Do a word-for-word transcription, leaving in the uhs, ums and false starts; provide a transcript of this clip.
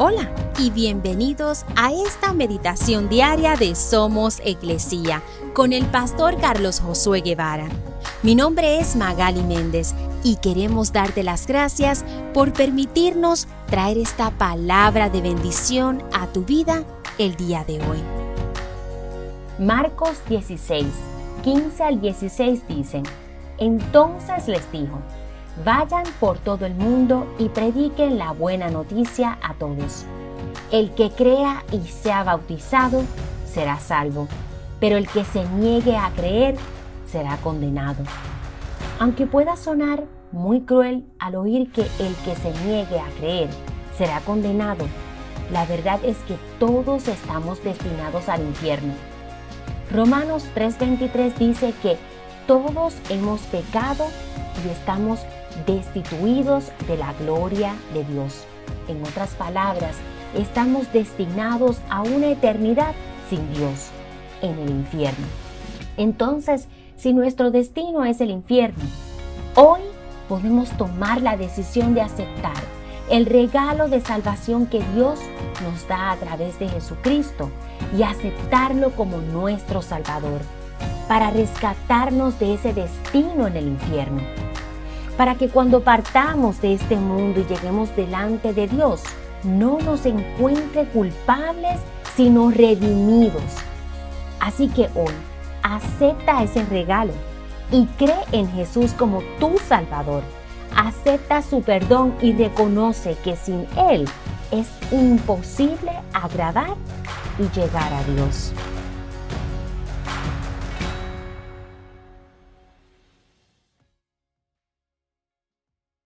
Hola y bienvenidos a esta meditación diaria de Somos Iglesia con el pastor Carlos Josué Guevara. Mi nombre es Magali Méndez y queremos darte las gracias por permitirnos traer esta palabra de bendición a tu vida el día de hoy. Marcos dieciséis, quince al dieciséis dicen: Entonces les dijo: Vayan por todo el mundo y prediquen la buena noticia a todos. El que crea y sea bautizado será salvo, pero el que se niegue a creer será condenado. Aunque pueda sonar muy cruel al oír que el que se niegue a creer será condenado, la verdad es que todos estamos destinados al infierno. Romanos tres veintitrés dice que todos hemos pecado y estamos destituidos de la gloria de Dios. En otras palabras, estamos destinados a una eternidad sin Dios, en el infierno. Entonces, si nuestro destino es el infierno, hoy podemos tomar la decisión de aceptar el regalo de salvación que Dios nos da a través de Jesucristo y aceptarlo como nuestro Salvador, para rescatarnos de ese destino en el infierno, para que cuando partamos de este mundo y lleguemos delante de Dios, no nos encuentre culpables, sino redimidos. Así que hoy, acepta ese regalo y cree en Jesús como tu Salvador. Acepta su perdón y reconoce que sin Él es imposible agradar y llegar a Dios.